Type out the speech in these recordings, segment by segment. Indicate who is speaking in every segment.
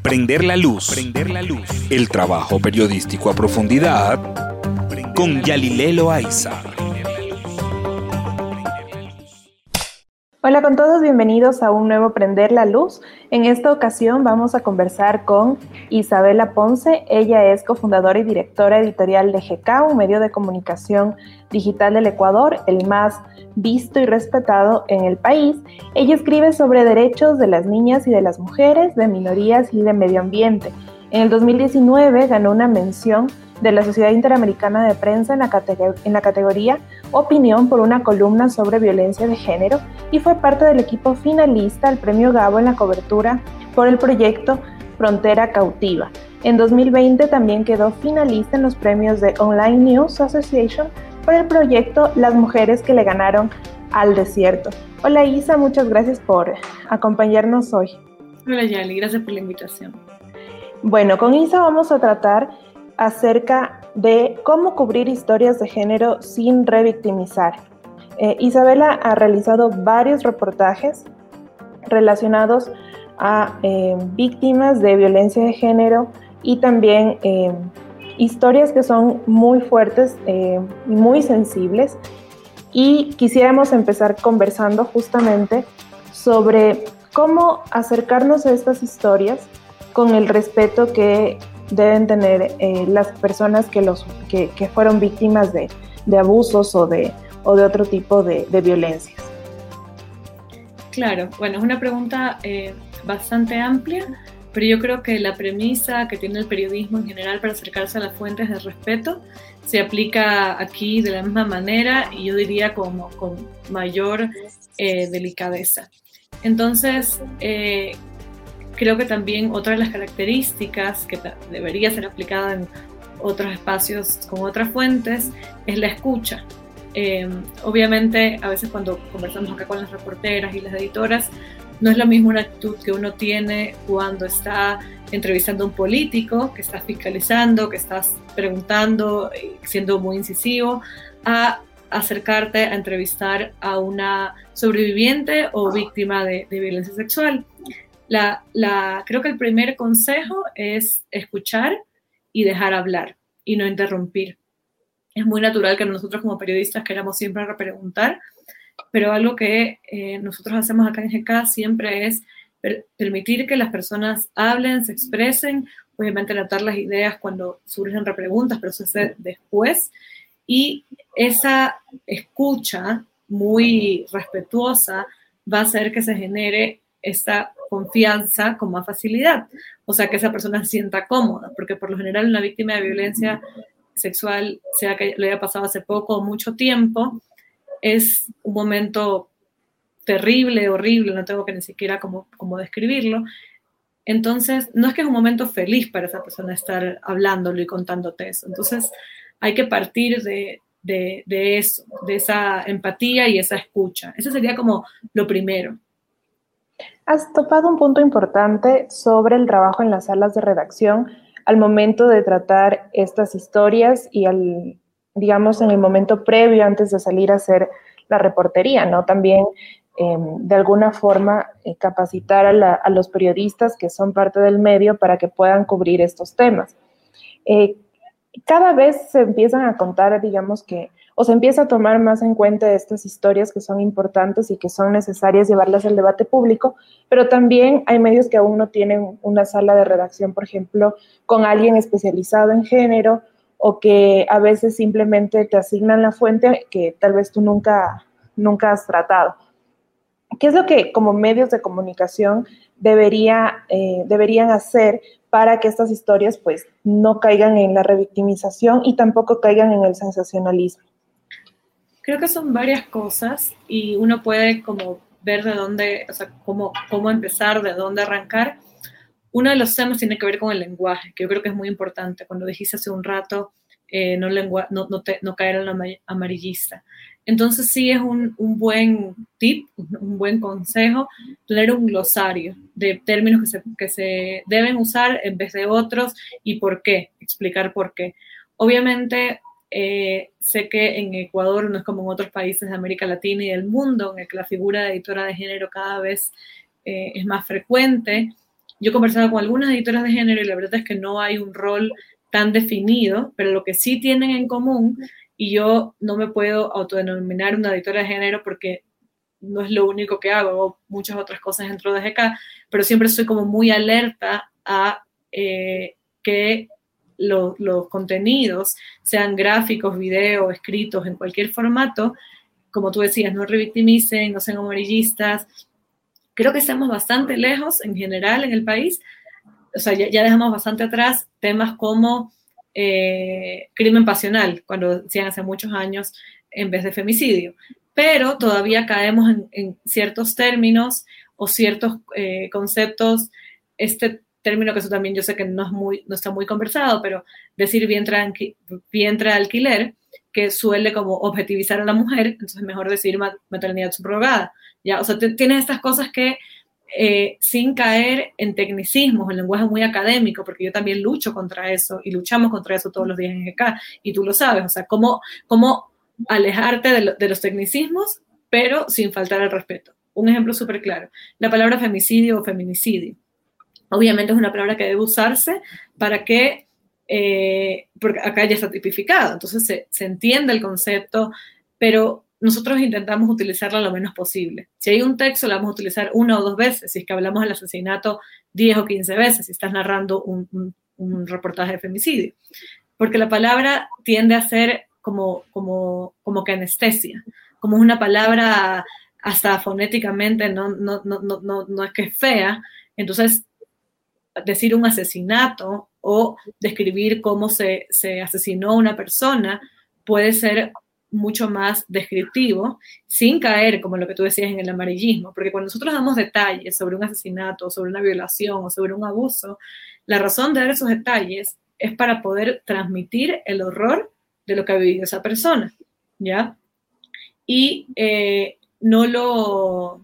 Speaker 1: Prender la luz. El trabajo periodístico a profundidad con Yalilé Loaiza.
Speaker 2: Hola con todos, bienvenidos a un nuevo Prender la Luz. En esta ocasión vamos a conversar con Isabela Ponce. Ella es cofundadora y directora editorial de GK, un medio de comunicación digital del Ecuador, el más visto y respetado en el país. Ella escribe sobre derechos de las niñas y de las mujeres, de minorías y de medio ambiente. En el 2019 ganó una mención de la Sociedad Interamericana de Prensa en la categoría Opinión por una columna sobre violencia de género y fue parte del equipo finalista al Premio Gabo en la cobertura por el proyecto Frontera Cautiva. En 2020 también quedó finalista en los premios de Online News Association por el proyecto Las mujeres que le ganaron al desierto. Hola Isa, muchas gracias por acompañarnos hoy.
Speaker 3: Hola Yali, gracias por la invitación.
Speaker 2: Bueno, con Isa vamos a tratar acerca de cómo cubrir historias de género sin revictimizar. Isabela ha realizado varios reportajes relacionados a víctimas de violencia de género y también historias que son muy fuertes y muy sensibles. Y quisiéramos empezar conversando justamente sobre cómo acercarnos a estas historias con el respeto que deben tener las personas que fueron víctimas de abusos o de otro tipo de violencias.
Speaker 3: Claro, bueno, es una pregunta bastante amplia, pero yo creo que la premisa que tiene el periodismo en general para acercarse a las fuentes de respeto se aplica aquí de la misma manera y yo diría con mayor delicadeza. Entonces, creo que también otra de las características que debería ser aplicada en otros espacios con otras fuentes es la escucha. Obviamente, a veces cuando conversamos acá con las reporteras y las editoras, no es lo mismo una actitud que uno tiene cuando está entrevistando a un político, que estás fiscalizando, que estás preguntando, siendo muy incisivo, a acercarte a entrevistar a una sobreviviente o víctima de violencia sexual. Creo que el primer consejo es escuchar y dejar hablar y no interrumpir. Es muy natural que nosotros como periodistas queramos siempre repreguntar, pero algo que nosotros hacemos acá en GK siempre es permitir que las personas hablen, se expresen, obviamente anotar las ideas cuando surgen repreguntas, pero eso se hace después, y esa escucha muy respetuosa va a hacer que se genere esa confianza con más facilidad, o sea, que esa persona se sienta cómoda, porque por lo general una víctima de violencia sexual, sea que le haya pasado hace poco o mucho tiempo, es un momento terrible, horrible, no tengo que ni siquiera cómo describirlo. Entonces, no es que es un momento feliz para esa persona estar hablándolo y contándote eso. Entonces, hay que partir de eso, de esa empatía y esa escucha. Eso sería como lo primero.
Speaker 2: Has topado un punto importante sobre el trabajo en las salas de redacción al momento de tratar estas historias y digamos, en el momento previo antes de salir a hacer la reportería, ¿no? También, de alguna forma, capacitar a los periodistas que son parte del medio para que puedan cubrir estos temas. Cada vez se empiezan a contar, digamos o se empieza a tomar más en cuenta estas historias que son importantes y que son necesarias llevarlas al debate público, pero también hay medios que aún no tienen una sala de redacción, por ejemplo, con alguien especializado en género, o que a veces simplemente te asignan la fuente que tal vez tú nunca has tratado. ¿Qué es lo que como medios de comunicación deberían hacer para que estas historias pues no caigan en la revictimización y tampoco caigan en el sensacionalismo?
Speaker 3: Creo que son varias cosas y uno puede como ver de dónde, o sea, cómo empezar, de dónde arrancar. Uno de los temas tiene que ver con el lenguaje, que yo creo que es muy importante. Cuando dijiste hace un rato, no caer en lo amarillista. Entonces sí es un buen tip, un buen consejo, tener un glosario de términos que se deben usar en vez de otros y por qué, explicar por qué. Obviamente sé que en Ecuador no es como en otros países de América Latina y del mundo, en el que la figura de editora de género cada vez es más frecuente. yo he conversado con algunas editoras de género y la verdad es que no hay un rol tan definido, pero lo que sí tienen en común, y yo no me puedo autodenominar una editora de género porque no es lo único que hago muchas otras cosas dentro de GK, pero siempre estoy como muy alerta a que los contenidos, sean gráficos, video, escritos, en cualquier formato, como tú decías, no revictimicen, no sean amarillistas. Creo que estamos bastante lejos en general en el país. O sea, ya dejamos bastante atrás temas como crimen pasional, cuando decían hace muchos años, en vez de femicidio. Pero todavía caemos en ciertos términos o ciertos conceptos. Este término que eso también yo sé que no está muy conversado, pero decir vientre de alquiler, que suele como objetivizar a la mujer, entonces es mejor decir maternidad subrogada. ¿Ya? O sea, tienes estas cosas que sin caer en tecnicismos, en lenguaje muy académico, porque yo también lucho contra eso y luchamos contra eso todos los días en GK, y tú lo sabes, o sea, cómo alejarte de los tecnicismos, pero sin faltar al respeto. Un ejemplo súper claro, la palabra femicidio o feminicidio. Obviamente es una palabra que debe usarse para que, porque acá ya está tipificado, entonces se entiende el concepto, pero nosotros intentamos utilizarla lo menos posible. Si hay un texto, la vamos a utilizar 1 o 2 veces, si es que hablamos del asesinato 10 o 15 veces, si estás narrando un reportaje de femicidio. Porque la palabra tiende a ser como que anestesia, como una palabra hasta fonéticamente no es que es fea, entonces decir un asesinato o describir cómo se asesinó a una persona puede ser mucho más descriptivo, sin caer, como lo que tú decías, en el amarillismo, porque cuando nosotros damos detalles sobre un asesinato, sobre una violación o sobre un abuso, la razón de dar esos detalles es para poder transmitir el horror de lo que ha vivido esa persona, ¿ya? Y no lo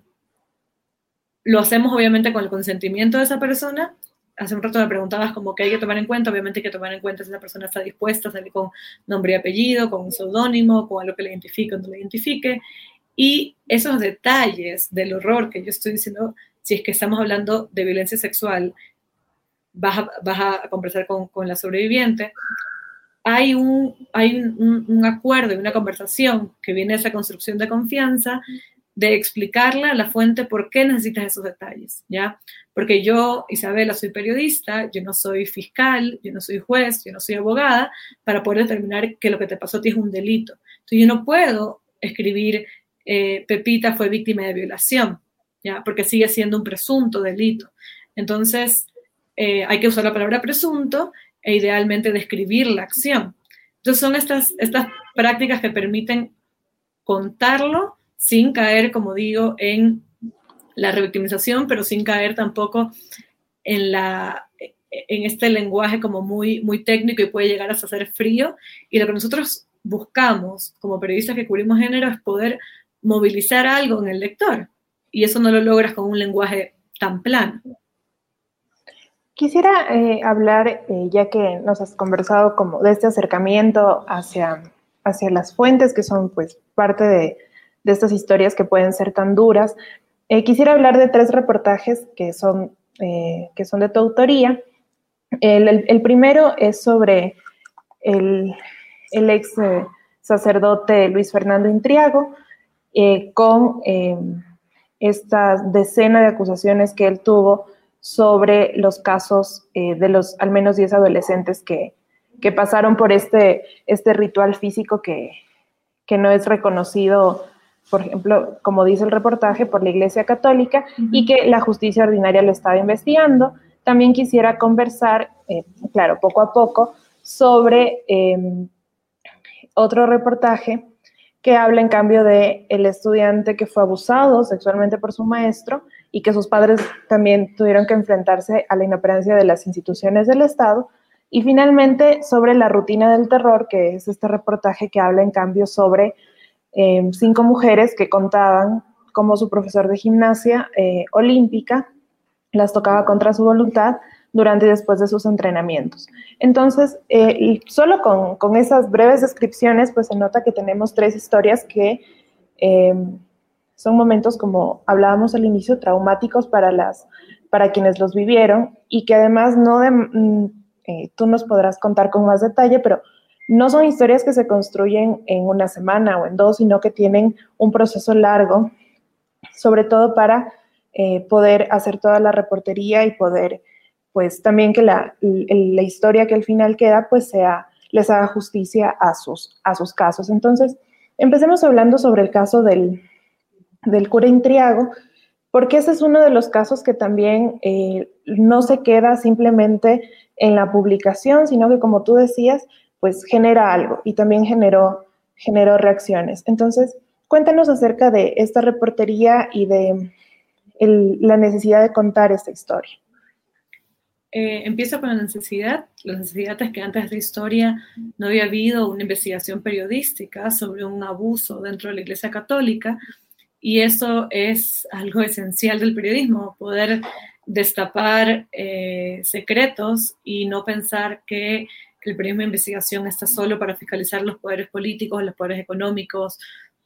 Speaker 3: hacemos obviamente con el consentimiento de esa persona. Hace un rato me preguntabas como que hay que tomar en cuenta, obviamente hay que tomar en cuenta si esa persona está dispuesta a salir con nombre y apellido, con un seudónimo, con algo que le identifique o no le identifique, y esos detalles del horror que yo estoy diciendo, si es que estamos hablando de violencia sexual, vas a conversar con la sobreviviente, hay un acuerdo y una conversación que viene de esa construcción de confianza, de explicarle a la fuente por qué necesitas esos detalles, ¿ya? Porque yo, Isabela, soy periodista, yo no soy fiscal, yo no soy juez, yo no soy abogada, para poder determinar que lo que te pasó a ti es un delito. Entonces yo no puedo escribir Pepita fue víctima de violación, ¿ya? Porque sigue siendo un presunto delito. Entonces hay que usar la palabra presunto e idealmente describir la acción. Entonces son estas prácticas que permiten contarlo sin caer, como digo, en la revictimización, pero sin caer tampoco en este lenguaje como muy, muy técnico y puede llegar hasta ser frío. Y lo que nosotros buscamos como periodistas que cubrimos género es poder movilizar algo en el lector. Y eso no lo logras con un lenguaje tan plano.
Speaker 2: Quisiera hablar, ya que nos has conversado como de este acercamiento hacia las fuentes, que son pues parte de estas historias que pueden ser tan duras. Quisiera hablar de 3 reportajes que son de tu autoría. El primero es sobre el ex sacerdote Luis Fernando Intriago, con esta decena de acusaciones que él tuvo sobre los casos de los al menos 10 adolescentes que pasaron por este ritual físico que no es reconocido, por ejemplo, como dice el reportaje, por la Iglesia Católica, y que la justicia ordinaria lo estaba investigando. También quisiera conversar, claro, poco a poco, sobre otro reportaje que habla, en cambio, de el estudiante que fue abusado sexualmente por su maestro y que sus padres también tuvieron que enfrentarse a la inoperancia de las instituciones del Estado. Y finalmente, sobre la rutina del terror, que es este reportaje que habla, en cambio, sobre 5 mujeres que contaban cómo su profesor de gimnasia olímpica las tocaba contra su voluntad durante y después de sus entrenamientos. Entonces, solo con esas breves descripciones, pues se nota que tenemos 3 historias que son momentos, como hablábamos al inicio, traumáticos para para quienes los vivieron y que además tú nos podrás contar con más detalle, pero no son historias que se construyen en una semana o en dos, sino que tienen un proceso largo, sobre todo para poder hacer toda la reportería y poder, pues también que la historia que al final queda, pues les haga justicia a sus casos. Entonces, empecemos hablando sobre el caso del cura Intriago, porque ese es uno de los casos que también no se queda simplemente en la publicación, sino que, como tú decías, pues genera algo y también generó reacciones. Entonces, cuéntanos acerca de esta reportería y de la necesidad de contar esta historia.
Speaker 3: Empiezo con la necesidad. La necesidad es que antes de esta historia no había habido una investigación periodística sobre un abuso dentro de la Iglesia Católica, y eso es algo esencial del periodismo, poder destapar secretos y no pensar que el periodismo de investigación está solo para fiscalizar los poderes políticos, los poderes económicos,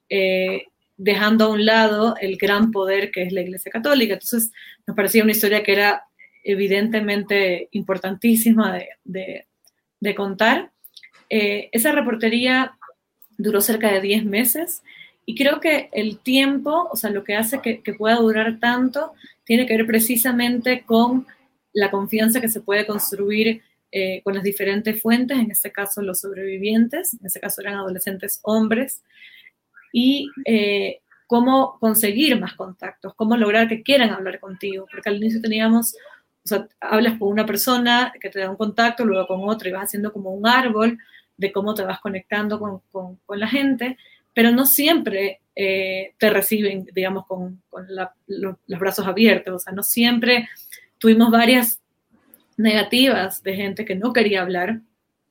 Speaker 3: dejando a un lado el gran poder que es la Iglesia Católica. Entonces nos parecía una historia que era evidentemente importantísima de contar. Esa reportería duró cerca de 10 meses y creo que el tiempo, o sea, lo que hace que pueda durar tanto, tiene que ver precisamente con la confianza que se puede construir con las diferentes fuentes, en este caso los sobrevivientes, en este caso eran adolescentes hombres, y cómo conseguir más contactos, cómo lograr que quieran hablar contigo, porque al inicio teníamos, o sea, hablas con una persona que te da un contacto, luego con otra, y vas haciendo como un árbol de cómo te vas conectando con la gente, pero no siempre te reciben, digamos, con los brazos abiertos, o sea, no siempre. Tuvimos varias negativas de gente que no quería hablar,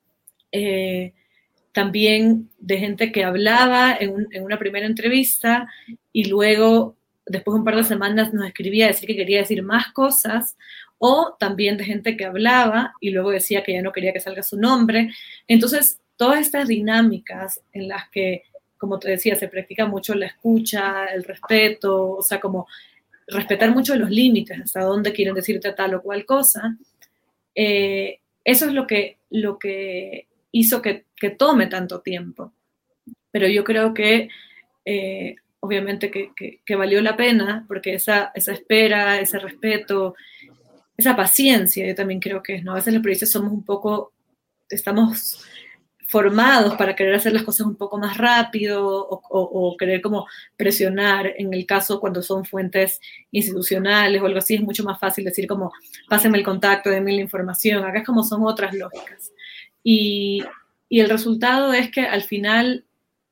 Speaker 3: también de gente que hablaba en una primera entrevista y luego, después de un par de semanas, nos escribía a decir que quería decir más cosas, o también de gente que hablaba y luego decía que ya no quería que salga su nombre. Entonces, todas estas dinámicas en las que, como te decía, se practica mucho la escucha, el respeto, o sea, como respetar mucho los límites, hasta dónde quieren decirte tal o cual cosa, eso es lo que hizo que tome tanto tiempo. Pero yo creo que obviamente que valió la pena, porque esa espera, ese respeto, esa paciencia, yo también creo que es, ¿no? A veces los periodistas estamos formados para querer hacer las cosas un poco más rápido o querer como presionar. En el caso cuando son fuentes institucionales o algo así, es mucho más fácil decir como, pásenme el contacto, denme la información. Acá es como son otras lógicas. Y el resultado es que al final,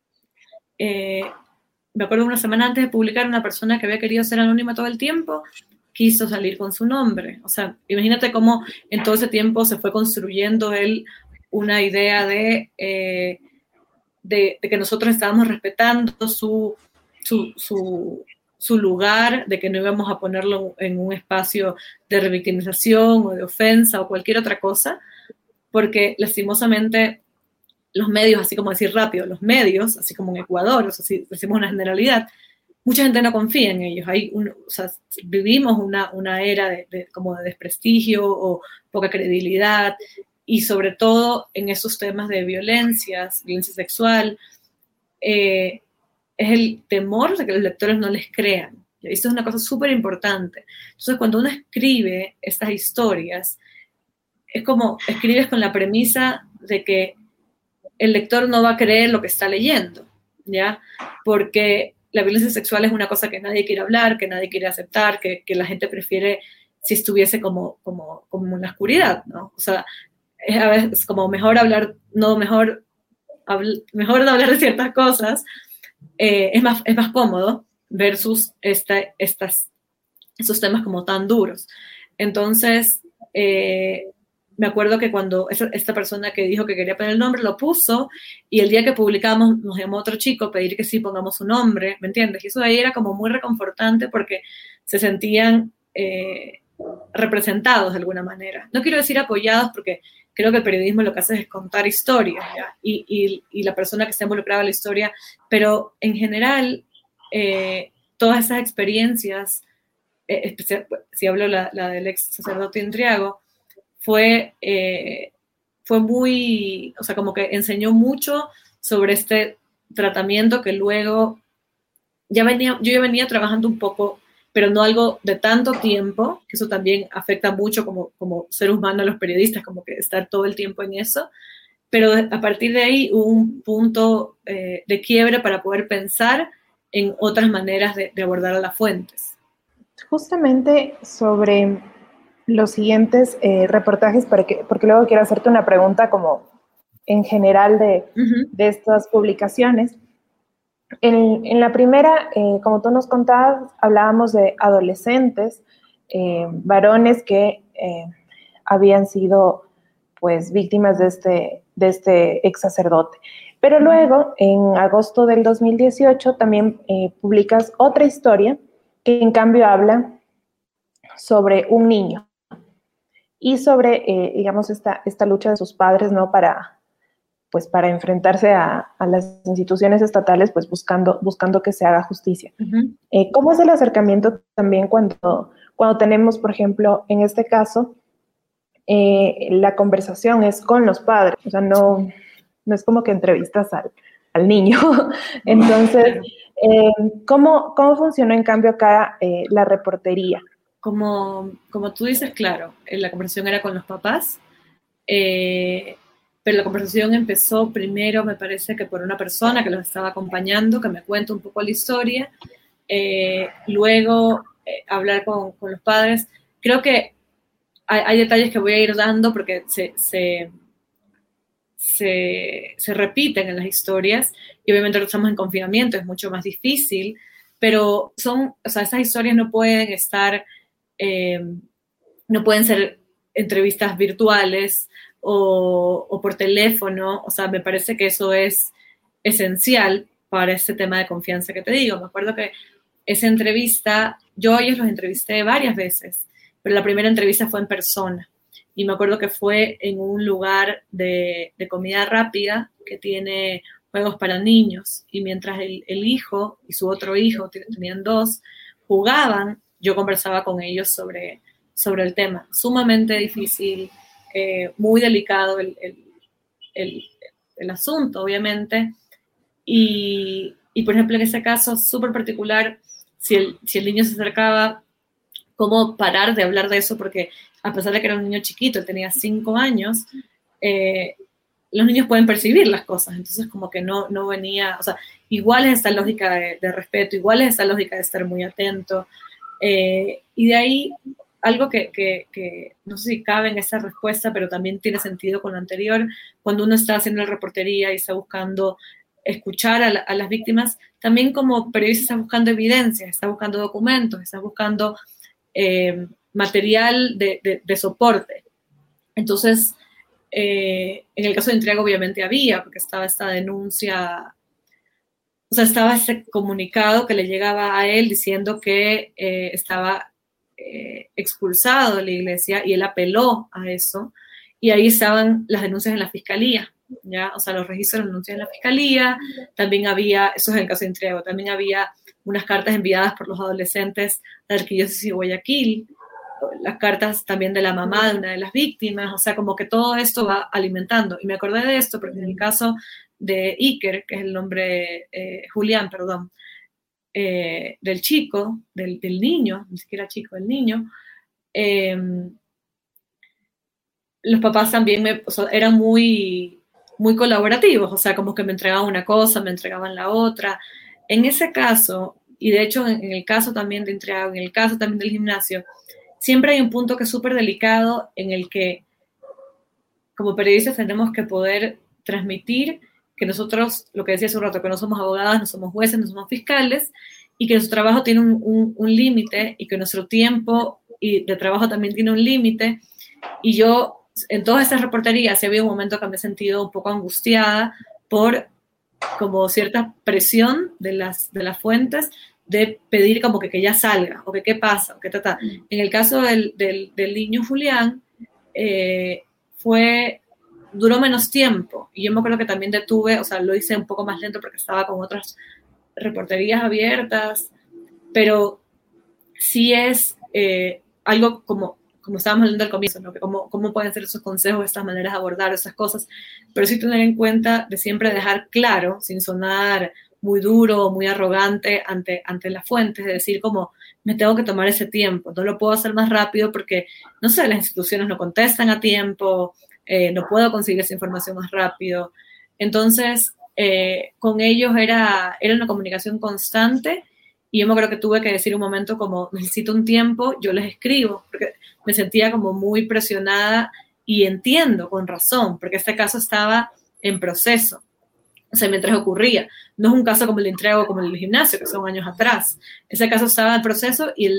Speaker 3: me acuerdo una semana antes de publicar, una persona que había querido ser anónima todo el tiempo, quiso salir con su nombre. O sea, imagínate cómo en todo ese tiempo se fue construyendo él una idea de que nosotros estábamos respetando su lugar, de que no íbamos a ponerlo en un espacio de revictimización o de ofensa o cualquier otra cosa, porque lastimosamente los medios, así como decir rápido, los medios, así como en Ecuador, o sea, si decimos una generalidad, mucha gente no confía en ellos. O sea, vivimos una era como de desprestigio o poca credibilidad, y sobre todo en esos temas de violencia sexual, es el temor de que los lectores no les crean. Y esto es una cosa súper importante. Entonces, cuando uno escribe estas historias, es como escribes con la premisa de que el lector no va a creer lo que está leyendo, ¿ya? Porque la violencia sexual es una cosa que nadie quiere hablar, que nadie quiere aceptar, que la gente prefiere si estuviese como en la oscuridad, ¿no? O sea, es a veces como mejor hablar, mejor no hablar de ciertas cosas, es más cómodo versus esos temas como tan duros. Entonces, me acuerdo que cuando esta persona que dijo que quería poner el nombre lo puso, y el día que publicamos nos llamó otro chico a pedir que sí pongamos su nombre, ¿me entiendes? Y eso de ahí era como muy reconfortante porque se sentían representados de alguna manera. No quiero decir apoyados, porque creo que el periodismo lo que hace es contar historias, ¿ya? Y la persona que está involucrada en la historia, pero en general todas esas experiencias si hablo la del ex sacerdote Intriago, fue muy, o sea, como que enseñó mucho sobre este tratamiento que luego yo ya venía trabajando un poco, pero no algo de tanto tiempo, que eso también afecta mucho como ser humano a los periodistas, como que estar todo el tiempo en eso, pero a partir de ahí hubo un punto de quiebre para poder pensar en otras maneras de abordar a las fuentes.
Speaker 2: Justamente sobre los siguientes reportajes, porque luego quiero hacerte una pregunta como en general de estas publicaciones. En la primera, como tú nos contabas, hablábamos de adolescentes, varones que habían sido pues víctimas de este ex sacerdote. Pero luego, en agosto del 2018, también publicas otra historia que en cambio habla sobre un niño y sobre, digamos, esta lucha de sus padres, ¿no? Para enfrentarse a las instituciones estatales, pues buscando que se haga justicia. ¿Cómo es el acercamiento también cuando tenemos, por ejemplo, en este caso, la conversación es con los padres? O sea, no es como que entrevistas al niño. Entonces, ¿cómo funcionó en cambio acá la reportería?
Speaker 3: Como tú dices, claro, la conversación era con los papás, pero la conversación empezó primero, me parece que por una persona que los estaba acompañando, que me cuenta un poco la historia, luego hablar con los padres. Creo que hay detalles que voy a ir dando porque se repiten en las historias y obviamente estamos en confinamiento, es mucho más difícil, pero esas historias no pueden estar, no pueden ser entrevistas virtuales o por teléfono. O sea, me parece que eso es esencial para este tema de confianza que te digo. Me acuerdo que esa entrevista, yo a ellos los entrevisté varias veces, pero la primera entrevista fue en persona. Y me acuerdo que fue en un lugar de comida rápida que tiene juegos para niños. Y mientras el hijo y su otro hijo, tenían dos, jugaban, yo conversaba con ellos sobre el tema. Sumamente difícil, muy delicado el asunto, obviamente. Y, por ejemplo, en ese caso súper particular, si el niño se acercaba, cómo parar de hablar de eso, porque a pesar de que era un niño chiquito, él tenía 5 años, los niños pueden percibir las cosas, entonces como que no venía, o sea, igual es esta lógica de respeto, igual es esta lógica de estar muy atento, y de ahí algo que no sé si cabe en esa respuesta, pero también tiene sentido con lo anterior, cuando uno está haciendo la reportería y está buscando escuchar a las víctimas, también como periodista está buscando evidencias, está buscando documentos, está buscando material de soporte. Entonces, en el caso de Intriago obviamente había, porque estaba esta denuncia, o sea, estaba ese comunicado que le llegaba a él diciendo que estaba expulsado de la iglesia, y él apeló a eso, y ahí estaban las denuncias en la fiscalía, ¿ya? O sea, los registros de denuncias en la fiscalía, también había, eso es en el caso de Intriago, también había unas cartas enviadas por los adolescentes de la Arquidiócesis de Guayaquil, las cartas también de la mamá de una de las víctimas, o sea, como que todo esto va alimentando. Y me acordé de esto porque en el caso de Iker, que es el nombre, Julián, perdón, del chico, del niño, ni siquiera chico, del niño, los papás también eran muy, muy colaborativos, o sea, como que me entregaban una cosa, me entregaban la otra. En ese caso, y de hecho en el caso también de Intriago, en el caso también del gimnasio, siempre hay un punto que es súper delicado en el que como periodistas tenemos que poder transmitir que nosotros, lo que decía hace un rato, que no somos abogadas, no somos jueces, no somos fiscales, y que nuestro trabajo tiene un límite, y que nuestro tiempo de trabajo también tiene un límite. Y yo, en todas estas reporterías, sí había un momento que me he sentido un poco angustiada por como cierta presión de las fuentes de pedir como que ya salga, o que qué pasa, o que ta. En el caso del niño Julián, duró menos tiempo, y yo me acuerdo que también detuve, o sea, lo hice un poco más lento porque estaba con otras reporterías abiertas, pero sí es algo como estábamos hablando al comienzo, ¿no? Cómo pueden ser esos consejos, estas maneras de abordar esas cosas, pero sí tener en cuenta de siempre dejar claro, sin sonar muy duro o muy arrogante ante las fuentes, de decir como, me tengo que tomar ese tiempo, no lo puedo hacer más rápido porque, no sé, las instituciones no contestan a tiempo, no puedo conseguir esa información más rápido. Entonces, con ellos era una comunicación constante, y yo me acuerdo que tuve que decir un momento como, necesito un tiempo, yo les escribo, porque me sentía como muy presionada, y entiendo con razón, porque este caso estaba en proceso, o sea, mientras ocurría. No es un caso como el de Intriago, como el del gimnasio, que son años atrás. Ese caso estaba en proceso, y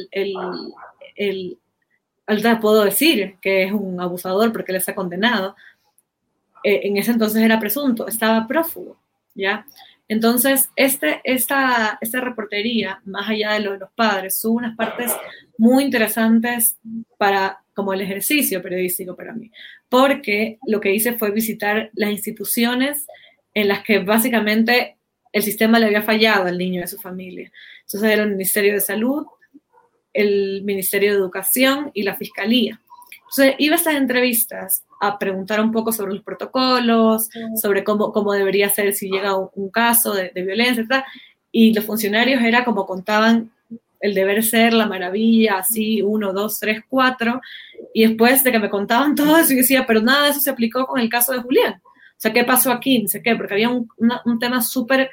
Speaker 3: ahorita puedo decir que es un abusador porque él está condenado. En ese entonces era presunto, estaba prófugo, ¿ya? Entonces, esta reportería, más allá de lo de los padres, son unas partes muy interesantes como el ejercicio periodístico para mí, porque lo que hice fue visitar las instituciones en las que básicamente el sistema le había fallado al niño y a su familia. Entonces era el Ministerio de Salud, el Ministerio de Educación y la Fiscalía. Entonces iba a estas entrevistas a preguntar un poco sobre los protocolos, sobre cómo debería ser si llega un caso de violencia, etc. Y los funcionarios era como contaban el deber ser, la maravilla, así, 1, 2, 3, 4, y después de que me contaban todo eso, yo decía, pero nada de eso se aplicó con el caso de Julián. O sea, ¿qué pasó aquí? No sé qué, porque había un tema súper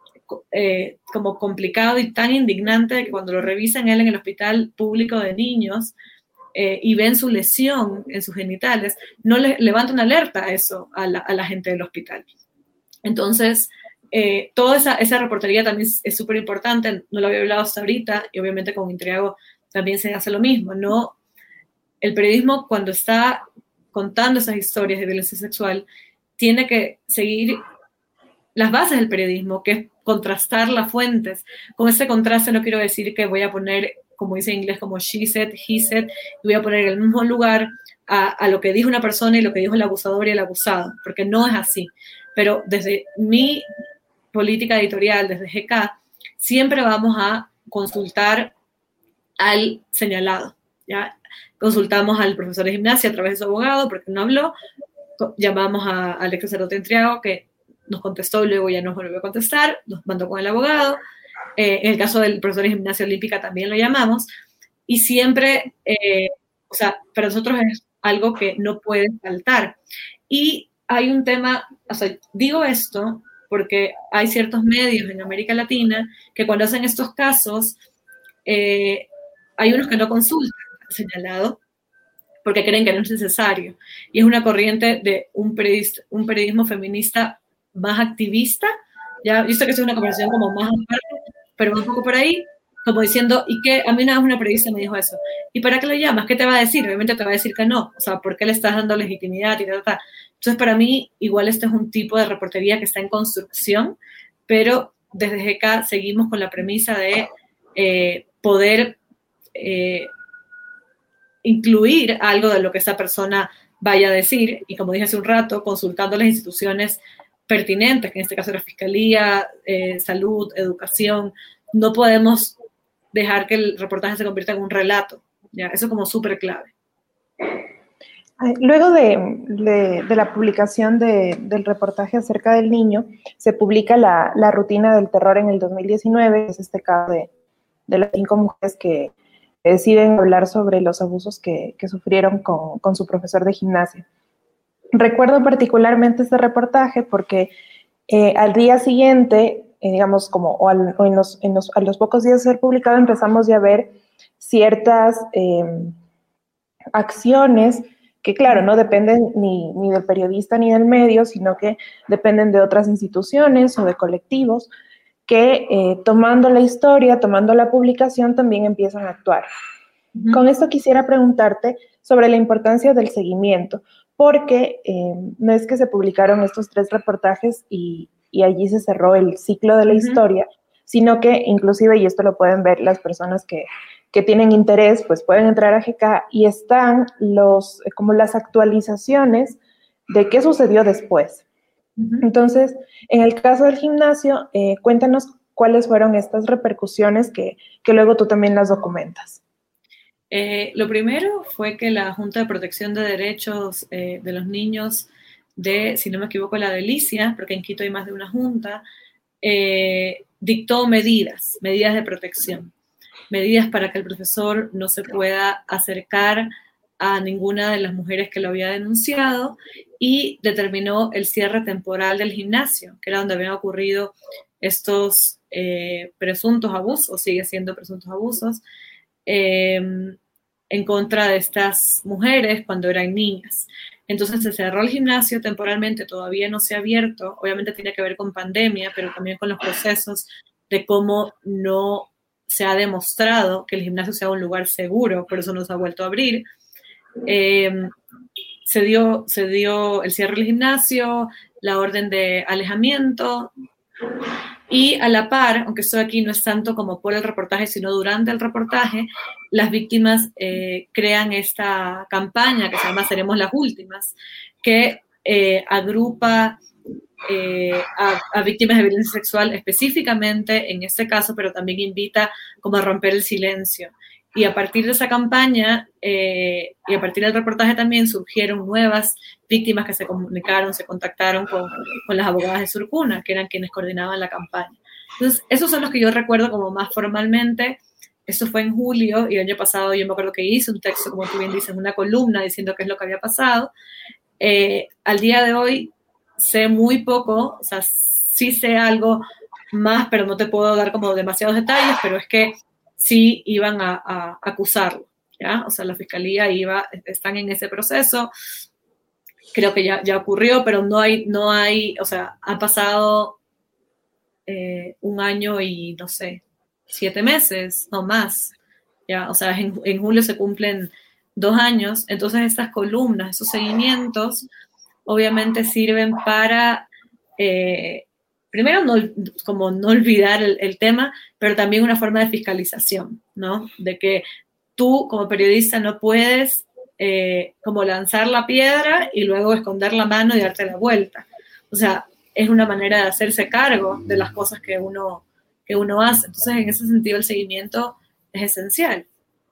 Speaker 3: como complicado y tan indignante, de que cuando lo revisan él en el hospital público de niños, y ven su lesión en sus genitales, no le levanta una alerta a eso a la gente del hospital. Entonces, toda esa reportería también es súper importante, no lo había hablado hasta ahorita, y obviamente con Intriago también se hace lo mismo, ¿no? El periodismo, cuando está contando esas historias de violencia sexual, tiene que seguir las bases del periodismo, que es contrastar las fuentes. Con ese contraste no quiero decir que voy a poner, como dice en inglés, como she said, he said, y voy a poner en el mismo lugar a lo que dijo una persona y lo que dijo el abusador y el abusado, porque no es así. Pero desde mi política editorial, desde GK, siempre vamos a consultar al señalado, ¿ya? Consultamos al profesor de gimnasia a través de su abogado, porque no habló, llamamos al ex sacerdote Intriago, que nos contestó y luego ya nos volvió a contestar, nos mandó con el abogado. En el caso del profesor de gimnasia olímpica también lo llamamos, y siempre, o sea, para nosotros es algo que no puede faltar. Y hay un tema, o sea, digo esto porque hay ciertos medios en América Latina que cuando hacen estos casos, hay unos que no consultan al señalado porque creen que no es necesario. Y es una corriente de un periodismo feminista más activista. Ya visto que es una conversación como más aparte, pero un poco por ahí, como diciendo, y que a mí una vez una periodista me dijo eso, ¿y para qué lo llamas? ¿Qué te va a decir? Obviamente te va a decir que no, o sea, ¿por qué le estás dando legitimidad? Y tal, tal. Entonces, para mí, igual este es un tipo de reportería que está en construcción, pero desde GK seguimos con la premisa de poder incluir algo de lo que esa persona vaya a decir, y como dije hace un rato, consultando las instituciones pertinentes, que en este caso era Fiscalía, Salud, Educación. No podemos dejar que el reportaje se convierta en un relato, ¿ya? Eso es como súper clave.
Speaker 2: Luego de la publicación del reportaje acerca del niño, se publica la rutina del terror en el 2019, es este caso de las 5 mujeres que deciden hablar sobre los abusos que sufrieron con su profesor de gimnasia. Recuerdo particularmente este reportaje porque al día siguiente, digamos, a los pocos días de ser publicado, empezamos ya a ver ciertas acciones que, claro, no dependen ni del periodista ni del medio, sino que dependen de otras instituciones o de colectivos que tomando la historia, tomando la publicación, también empiezan a actuar. Uh-huh. Con esto quisiera preguntarte sobre la importancia del seguimiento, porque no es que se publicaron estos 3 reportajes y allí se cerró el ciclo de la historia, sino que inclusive, y esto lo pueden ver las personas que tienen interés, pues pueden entrar a GK y están como las actualizaciones de qué sucedió después. Uh-huh. Entonces, en el caso del gimnasio, cuéntanos cuáles fueron estas repercusiones que luego tú también las documentas.
Speaker 3: Lo primero fue que la Junta de Protección de Derechos de los Niños si no me equivoco, la Delicia, porque en Quito hay más de una junta, dictó medidas de protección, medidas para que el profesor no se pueda acercar a ninguna de las mujeres que lo había denunciado, y determinó el cierre temporal del gimnasio, que era donde habían ocurrido estos presuntos abusos, sigue siendo presuntos abusos, en contra de estas mujeres cuando eran niñas. Entonces se cerró el gimnasio temporalmente, todavía no se ha abierto, obviamente tiene que ver con pandemia, pero también con los procesos de cómo no se ha demostrado que el gimnasio sea un lugar seguro, por eso no se ha vuelto a abrir. Se dio el cierre del gimnasio, la orden de alejamiento, y a la par, aunque esto aquí no es tanto como por el reportaje, sino durante el reportaje, las víctimas crean esta campaña que se llama Seremos las Últimas, que agrupa a víctimas de violencia sexual específicamente en este caso, pero también invita como a romper el silencio. Y a partir de esa campaña y a partir del reportaje también surgieron nuevas víctimas que se contactaron con las abogadas de Surcuna, que eran quienes coordinaban la campaña. Entonces, esos son los que yo recuerdo como más formalmente. Eso fue en julio, y el año pasado yo me acuerdo que hice un texto, como tú bien dices, una columna diciendo qué es lo que había pasado. Al día de hoy sé muy poco, o sea, sí sé algo más, pero no te puedo dar como demasiados detalles, pero es que sí iban a acusarlo, ¿ya? O sea, la fiscalía están en ese proceso, creo que ya ocurrió, pero no hay, o sea, ha pasado 1 año y, no sé, 7 meses, no más, ¿ya? O sea, en julio se cumplen 2 años, entonces estas columnas, esos seguimientos, obviamente sirven para... primero, como no olvidar el tema, pero también una forma de fiscalización, ¿no? De que tú, como periodista, no puedes como lanzar la piedra y luego esconder la mano y darte la vuelta. O sea, es una manera de hacerse cargo de las cosas que uno hace. Entonces, en ese sentido, el seguimiento es esencial.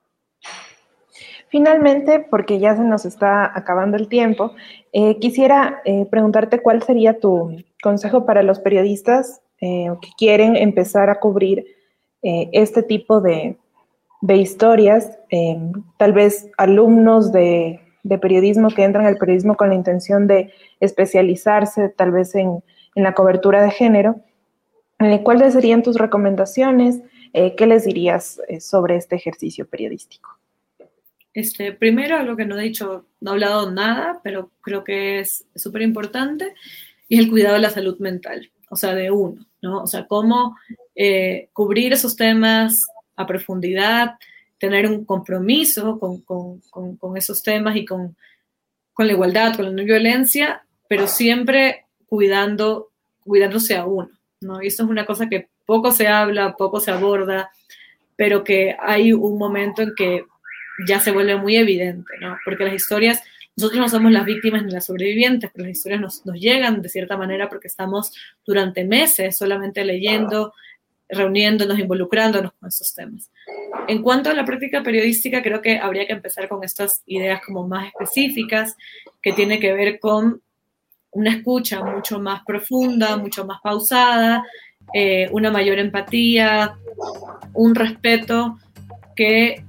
Speaker 2: Finalmente, porque ya se nos está acabando el tiempo, quisiera preguntarte cuál sería tu consejo para los periodistas que quieren empezar a cubrir este tipo de historias, tal vez alumnos de periodismo que entran al periodismo con la intención de especializarse tal vez en la cobertura de género. ¿Cuáles serían tus recomendaciones? ¿Qué les dirías sobre este ejercicio periodístico?
Speaker 3: Primero, lo que no he hablado nada, pero creo que es súper importante, y es el cuidado de la salud mental, o sea, de uno, ¿no? O sea, cómo cubrir esos temas a profundidad, tener un compromiso con esos temas y con la igualdad, con la no violencia, pero siempre cuidándose a uno, ¿no? Y eso es una cosa que poco se habla, poco se aborda, pero que hay un momento en que ya se vuelve muy evidente, ¿no? Porque las historias, nosotros no somos las víctimas ni las sobrevivientes, pero las historias nos llegan de cierta manera porque estamos durante meses solamente leyendo, reuniéndonos, involucrándonos con estos temas. En cuanto a la práctica periodística, creo que habría que empezar con estas ideas como más específicas, que tiene que ver con una escucha mucho más profunda, mucho más pausada, una mayor empatía, un respeto que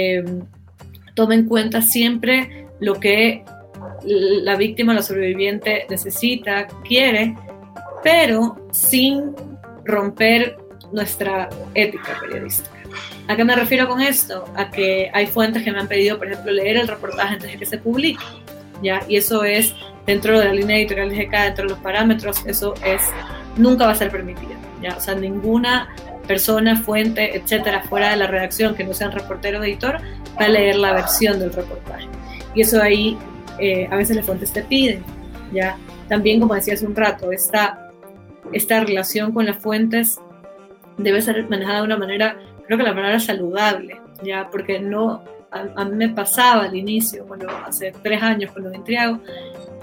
Speaker 3: tome en cuenta siempre lo que la víctima o la sobreviviente necesita, quiere, pero sin romper nuestra ética periodística. ¿A qué me refiero con esto? A que hay fuentes que me han pedido, por ejemplo, leer el reportaje antes de que se publique, ¿ya? Y eso es dentro de la línea editorial de GK, dentro de los parámetros, eso nunca va a ser permitido, ¿ya? O sea, ninguna persona, fuente, etcétera, fuera de la redacción, que no sean reportero o editor, va a leer la versión del reportaje. Y eso ahí, a veces las fuentes te piden, ¿ya? También, como decía hace un rato, esta relación con las fuentes debe ser manejada de una manera, creo que la manera saludable, ¿ya? Porque a mí me pasaba al inicio, hace 3 años con lo de Intriago,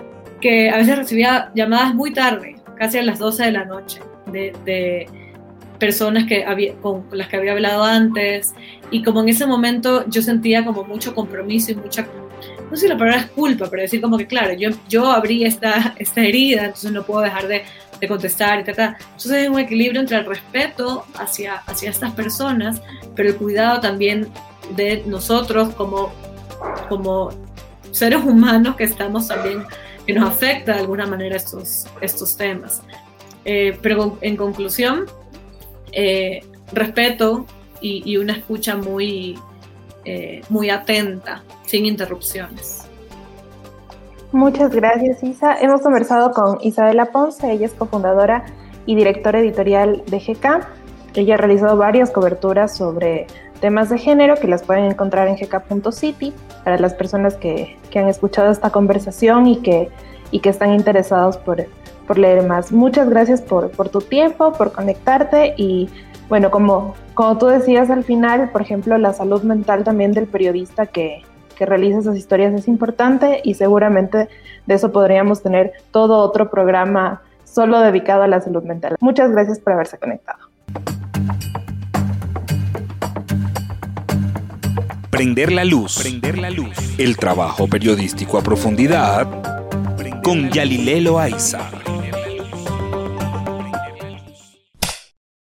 Speaker 3: que a veces recibía llamadas muy tarde, casi a las 12 de la noche, de personas con las que había hablado antes, y como en ese momento yo sentía como mucho compromiso y mucha, no sé si la palabra es culpa, pero decir como que claro, yo abrí esta herida, entonces no puedo dejar de contestar y tal. Entonces es un equilibrio entre el respeto hacia estas personas, pero el cuidado también de nosotros como seres humanos que estamos también, que nos afecta de alguna manera estos temas. Pero en conclusión, respeto y una escucha muy atenta, sin interrupciones.
Speaker 2: Muchas gracias, Isa. Hemos conversado con Isabela Ponce, ella es cofundadora y directora editorial de GK. Ella ha realizado varias coberturas sobre temas de género que las pueden encontrar en gk.city para las personas que han escuchado esta conversación y que están interesados por leer más. Muchas gracias por tu tiempo, por conectarte y bueno, como tú decías al final, por ejemplo, la salud mental también del periodista que realiza esas historias es importante y seguramente de eso podríamos tener todo otro programa solo dedicado a la salud mental. Muchas gracias por haberse conectado.
Speaker 1: Prender la luz. El trabajo periodístico a profundidad con Yalilé Loaiza.